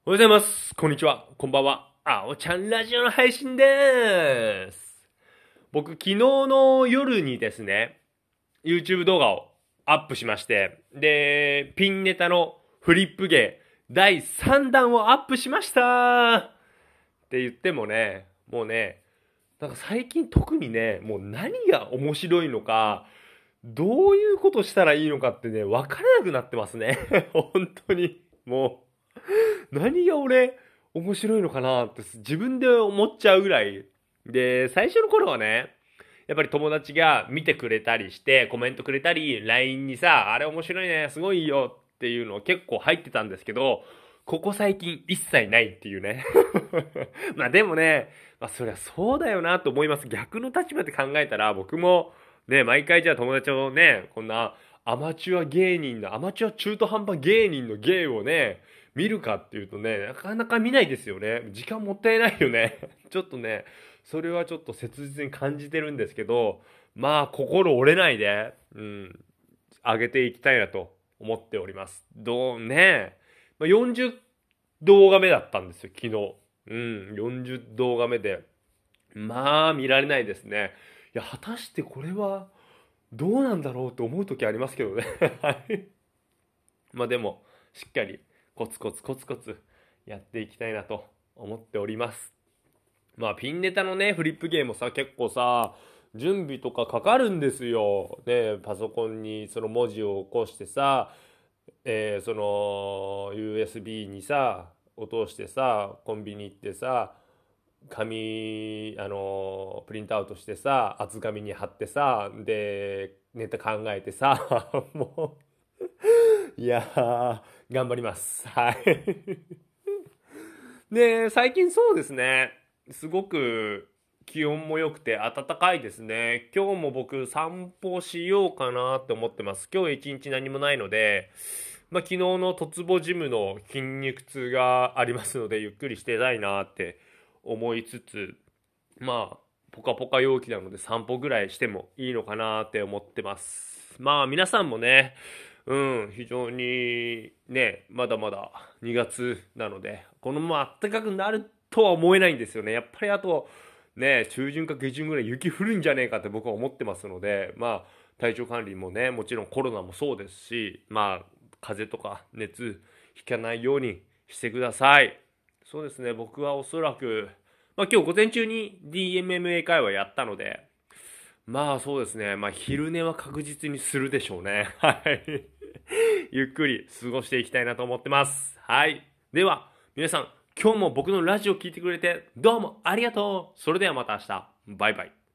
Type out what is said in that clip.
おはようございます。こんにちは。こんばんは。あおちゃんラジオの配信でーす。僕、昨日の夜にですね、YouTube 動画をアップしまして、で、ピンネタのフリップ芸第3弾をアップしましたって言ってもね、もうね、なんか最近特にね、もう何が面白いのか、どういうことしたらいいのかってね、わからなくなってますね。本当に。もう。何が俺面白いのかなって自分で思っちゃうぐらい。で、最初の頃はね、やっぱり友達が見てくれたりして、コメントくれたり、LINE にさ、あれ面白いね、すごいよっていうの結構入ってたんですけど、ここ最近一切ないっていうね。まあでもね、まあそりゃそうだよなと思います。逆の立場で考えたら、僕もね、毎回じゃあ友達をね、こんなアマチュア芸人の、アマチュア中途半端芸人の芸をね、見るかっていうとね、なかなか見ないですよね。時間もったいないよね。ちょっとね、それはちょっと切実に感じてるんですけど、まあ、心折れないで、上げていきたいなと思っております。どうね、まあ、40動画目だったんですよ、昨日。40動画目で。まあ、見られないですね。いや、果たしてこれは、どうなんだろうと思う時ありますけどね。はい。まあでも、しっかりコツコツコツコツやっていきたいなと思っております。まあピンネタのね、フリップゲームもさ、結構さ、準備とかかかるんですよ。ね、パソコンにその文字を起こしてさ、その USB にさ、落としてさ、コンビニ行ってさ、紙、プリントアウトしてさ、厚紙に貼ってさ、で、ネタ考えてさ、もう、いやー、頑張ります。はい。で、最近そうですね、すごく気温も良くて暖かいですね。今日も僕散歩しようかなって思ってます。今日一日何もないので、まあ昨日のトツボジムの筋肉痛がありますので、ゆっくりしてたいなって思いつつ、まあ、ポカポカ陽気なので散歩ぐらいしてもいいのかなって思ってます。まあ皆さんもね、非常にね、まだまだ2月なので、このまま暖かくなるとは思えないんですよね。やっぱりあと、ね、中旬か下旬ぐらい雪降るんじゃねえかって僕は思ってますので、まあ、体調管理もね、もちろんコロナもそうですし、まあ、風邪とか熱ひかないようにしてください。そうですね、僕はおそらく、まあ今日午前中に DMMA 会話やったので、まあそうですね、まあ昼寝は確実にするでしょうね。はい。ゆっくり過ごしていきたいなと思ってます。はい。では、皆さん、今日も僕のラジオ聞いてくれてどうもありがとう。それではまた明日。バイバイ。